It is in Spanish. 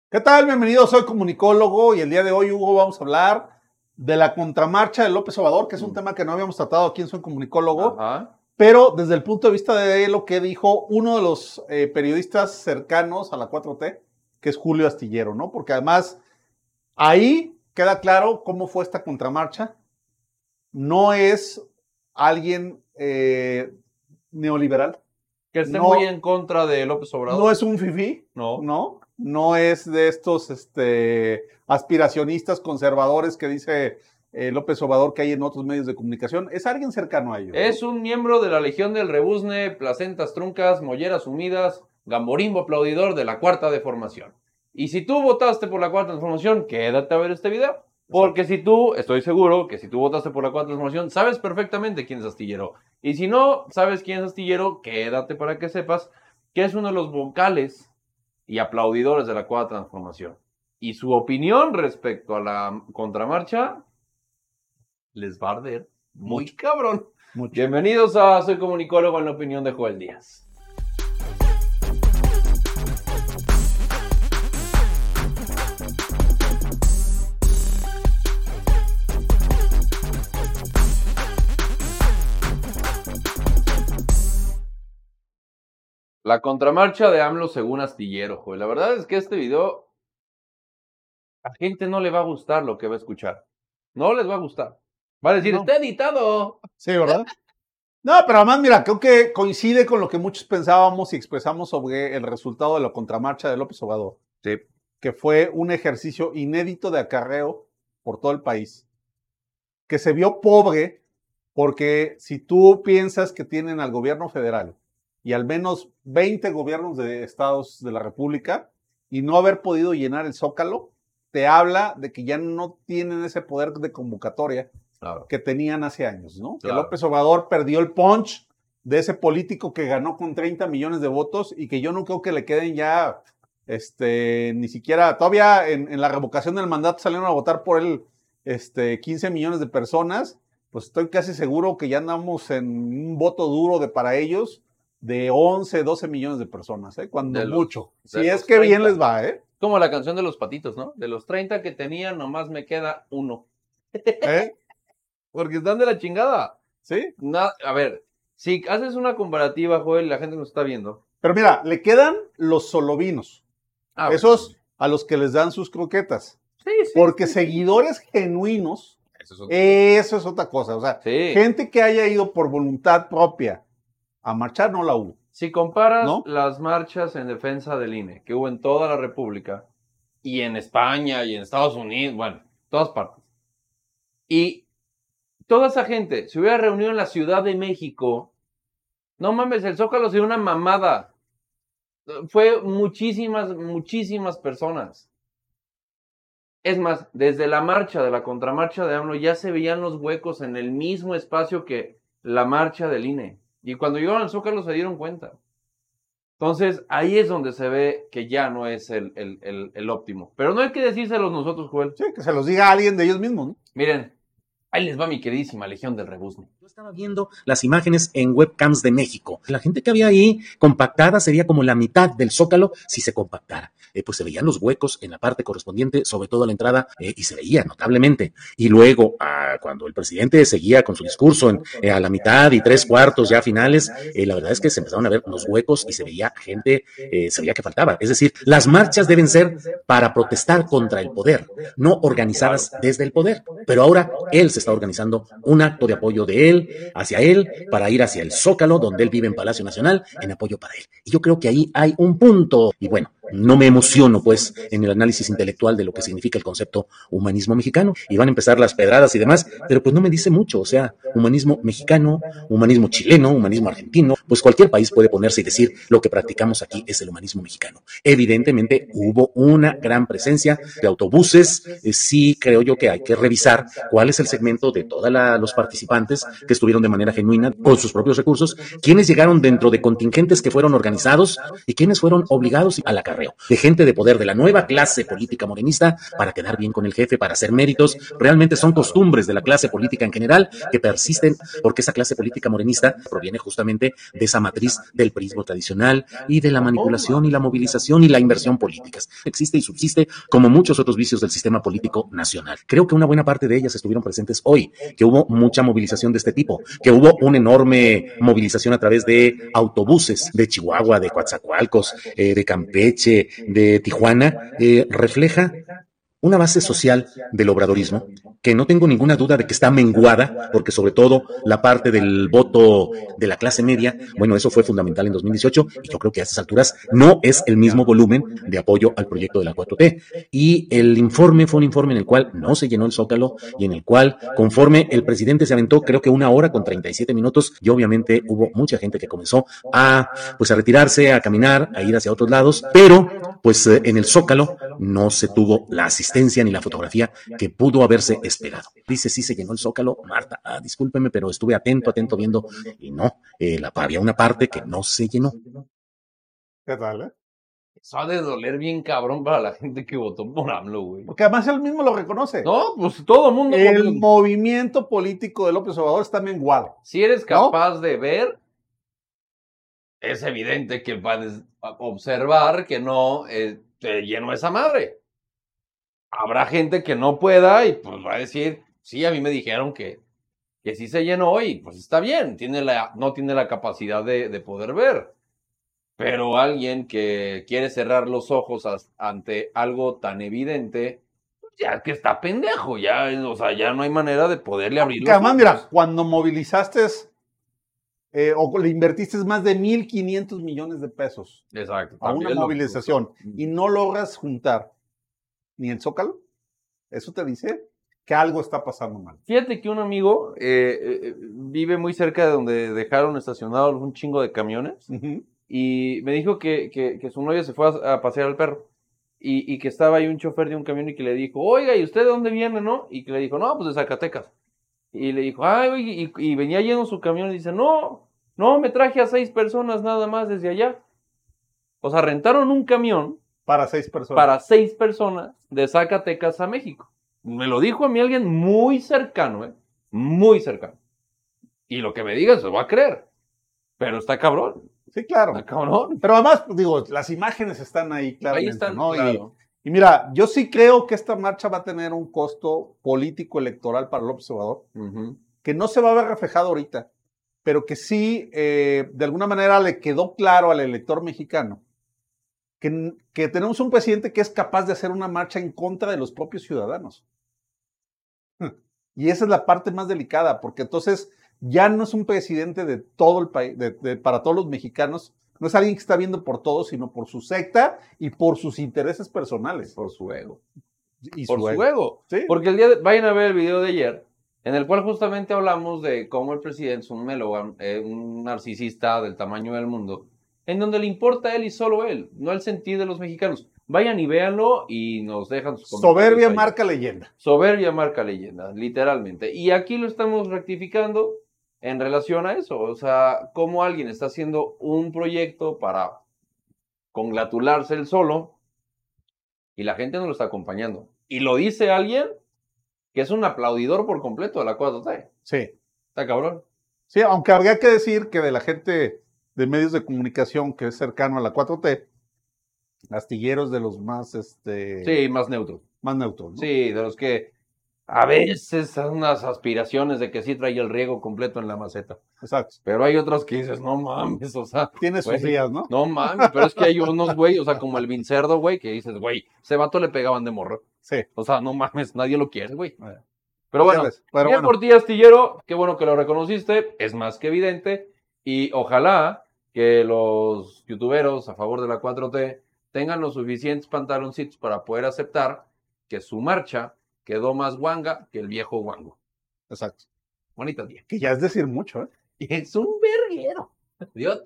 ¿Qué tal? Bienvenidos, soy comunicólogo y el día de hoy, Hugo, vamos a hablar de la contramarcha de López Obrador, que es un tema que no habíamos tratado aquí en Soy Comunicólogo, pero desde el punto de vista de lo que dijo uno de los periodistas cercanos a la 4T, que es Julio Astillero, ¿no? Porque además ahí queda claro cómo fue esta contramarcha. No es alguien neoliberal. Que esté muy en contra de López Obrador. No es un fifí, no es de estos aspiracionistas conservadores que dice López Obrador que hay en otros medios de comunicación. Es alguien cercano a ellos. Es un miembro de la Legión del Rebuzne, placentas truncas, molleras humidas, gamborimbo aplaudidor de la Cuarta Deformación. Y si tú votaste por la Cuarta Transformación, quédate a ver este video. Porque si tú, estoy seguro que si tú votaste por la Cuarta Transformación, sabes perfectamente quién es Astillero. Y si no sabes quién es Astillero, quédate para que sepas que es uno de los vocales y aplaudidores de la Cuarta Transformación. Y su opinión respecto a la contramarcha les va a arder muy cabrón. Mucho. Bienvenidos a Soy Comunicólogo en la opinión de Joel Díaz. La contramarcha de AMLO según Astillero, Joel. La verdad es que este video a gente no le va a gustar lo que va a escuchar. No les va a gustar. Va a decir, No. está editado. Sí, ¿verdad? No, pero además, mira, creo que coincide con lo que muchos pensábamos y expresamos sobre el resultado de la contramarcha de López Obrador. Sí. Que fue un ejercicio inédito de acarreo por todo el país. Que se vio pobre porque si tú piensas que tienen al gobierno federal y al menos 20 gobiernos de estados de la República y no haber podido llenar el Zócalo, te habla de que ya no tienen ese poder de convocatoria que tenían hace años, ¿no? Claro. Que López Obrador perdió el punch de ese político que ganó con 30 millones de votos y que yo no creo que le queden ya, ni siquiera, todavía en la revocación del mandato salieron a votar por él 15 millones de personas, pues estoy casi seguro que ya andamos en un voto duro para ellos de 11, 12 millones de personas, cuando mucho. Si es que 30. bien les va, Como la canción de los patitos, ¿no? De los 30 que tenía, nomás me queda uno. Porque están de la chingada. ¿Sí? A ver, si haces una comparativa, Joel, la gente nos está viendo. Pero mira, le quedan los solovinos. Esos bueno. a los que les dan sus croquetas. Sí. Porque seguidores genuinos, eso es otra cosa. O sea, gente que haya ido por voluntad propia a marchar, no la hubo. Si comparas las marchas en defensa del INE que hubo en toda la República, y en España, y en Estados Unidos, bueno, todas partes, y toda esa gente se hubiera reunido en la Ciudad de México, no mames, el Zócalo sería una mamada. Fue muchísimas personas. Es más, desde la marcha, de la contramarcha de AMLO, ya se veían los huecos en el mismo espacio que la marcha del INE. Y cuando llegaron al Zócalo se dieron cuenta. Entonces, ahí es donde se ve que ya no es el óptimo. Pero no hay que decírselos nosotros, Joel. Sí, que se los diga alguien de ellos mismos, ¿no? Miren, ahí les va mi queridísima Legión del Rebuzne. Yo estaba viendo las imágenes en webcams de México. La gente que había ahí compactada sería como la mitad del Zócalo si se compactara. Pues se veían los huecos en la parte correspondiente, sobre todo a la entrada, y se veía notablemente. Y luego, cuando el presidente seguía con su discurso a la mitad y 3/4 ya finales, la verdad es que se empezaron a ver los huecos y se veía gente, se veía que faltaba. Es decir, las marchas deben ser para protestar contra el poder, no organizadas desde el poder. Pero ahora él se está organizando un acto de apoyo de él, hacia él, para ir hacia el Zócalo, donde él vive en Palacio Nacional, en apoyo para él. Y yo creo que ahí hay un punto. Y bueno, no me emociono, pues, en el análisis intelectual de lo que significa el concepto humanismo mexicano. Y van a empezar las pedradas y demás, pero pues no me dice mucho. O sea, humanismo mexicano, humanismo chileno, humanismo argentino, pues cualquier país puede ponerse y decir lo que practicamos aquí es el humanismo mexicano. Evidentemente hubo una gran presencia de autobuses. Sí creo yo que hay que revisar cuál es el segmento de todos los participantes que estuvieron de manera genuina con sus propios recursos, quiénes llegaron dentro de contingentes que fueron organizados y quiénes fueron obligados a la carrera. acarreo, de gente de poder, de la nueva clase política morenista, para quedar bien con el jefe, para hacer méritos. Realmente son costumbres de la clase política en general que persisten, porque esa clase política morenista proviene justamente de esa matriz del priismo tradicional y de la manipulación y la movilización y la inversión políticas. Existe y subsiste como muchos otros vicios del sistema político nacional. Creo que una buena parte de ellas estuvieron presentes hoy, que hubo mucha movilización de este tipo, que hubo una enorme movilización a través de autobuses de Chihuahua, de Coatzacoalcos, de Campeche, de Tijuana, refleja una base social del obradorismo que no tengo ninguna duda de que está menguada, porque sobre todo la parte del voto de la clase media, bueno, eso fue fundamental en 2018 y yo creo que a estas alturas no es el mismo volumen de apoyo al proyecto de la 4T. Y el informe fue un informe en el cual no se llenó el Zócalo y en el cual, conforme el presidente se aventó, creo que 1 hora con 37 minutos, y obviamente hubo mucha gente que comenzó a retirarse, a caminar, a ir hacia otros lados, pero pues en el Zócalo no se tuvo la asistencia ni la fotografía que pudo haberse esperado. Dice, sí se llenó el Zócalo, Marta, discúlpeme, pero estuve atento viendo, y no, había una parte que no se llenó. ¿Qué tal, Eso ha de doler bien cabrón para la gente que votó por AMLO, güey. Porque además él mismo lo reconoce. No, pues todo el mundo. El movimiento político de López Obrador está menguado. Si eres capaz de ver, es evidente que puedes observar que no te llenó esa madre. Habrá gente que no pueda y pues va a decir, sí, a mí me dijeron que sí se llenó y pues está bien, no tiene la capacidad de poder ver. Pero alguien que quiere cerrar los ojos ante algo tan evidente, pues ya que está pendejo, ya no hay manera de poderle abrir los ojos. Además, mira, cuando movilizaste o le invertiste más de 1,500 millones de pesos a una movilización y no logras juntar ni el Zócalo, eso te dice que algo está pasando mal. Fíjate que un amigo vive muy cerca de donde dejaron estacionados un chingo de camiones. Y me dijo que su novia se fue a pasear al perro y que estaba ahí un chofer de un camión y que le dijo, oiga, ¿y usted de dónde viene, no? Y que le dijo, no, pues de Zacatecas. Y le dijo, ay, y venía lleno su camión y dice, no, me traje a 6 personas nada más desde allá. O sea, rentaron un camión. Para 6 personas. Para 6 personas de Zacatecas a México. Me lo dijo a mí alguien muy cercano, muy cercano. Y lo que me diga se lo va a creer. Pero está cabrón. Sí, claro. Está cabrón. Pero además, digo, las imágenes están ahí claramente, ahí están, ¿no? Claro. Y mira, yo sí creo que esta marcha va a tener un costo político electoral para López Obrador, que no se va a ver reflejado ahorita, pero que sí, de alguna manera le quedó claro al elector mexicano que tenemos un presidente que es capaz de hacer una marcha en contra de los propios ciudadanos. Y esa es la parte más delicada, porque entonces ya no es un presidente de todo el país, para todos los mexicanos, no es alguien que está viendo por todos, sino por su secta y por sus intereses personales. Por su ego. Y por su ego. ¿Sí? Porque vayan a ver el video de ayer, en el cual justamente hablamos de cómo el presidente es un melómano, un narcisista del tamaño del mundo, en donde le importa a él y solo él, no el sentir de los mexicanos. Vayan y véanlo y nos dejan sus comentarios. Soberbia marca leyenda. Soberbia marca leyenda, literalmente. Y aquí lo estamos rectificando en relación a eso. O sea, cómo alguien está haciendo un proyecto para congratularse él solo y la gente no lo está acompañando. Y lo dice alguien que es un aplaudidor por completo de la 4T. Sí. Está cabrón. Sí, aunque habría que decir que de la gente de medios de comunicación que es cercano a la 4T, astilleros de los más, Sí, más neutros. Más neutros, ¿no? Sí, de los que a veces son unas aspiraciones de que sí trae el riego completo en la maceta. Exacto. Pero hay otros que dices, no mames, o sea. Tiene sus días, ¿no? No mames, pero es que hay unos, güey, o sea, como el Vincerdo, güey, que dices, güey, ese vato le pegaban de morro. Sí. O sea, no mames, nadie lo quiere, güey. Pero bueno, bien por ti, astillero, qué bueno que lo reconociste, es más que evidente, y ojalá que los youtuberos a favor de la 4T tengan los suficientes pantaloncitos para poder aceptar que su marcha quedó más guanga que el viejo guango. Exacto. Bonito día. Que ya es decir mucho, ¿eh? Y es un verguero. Dios.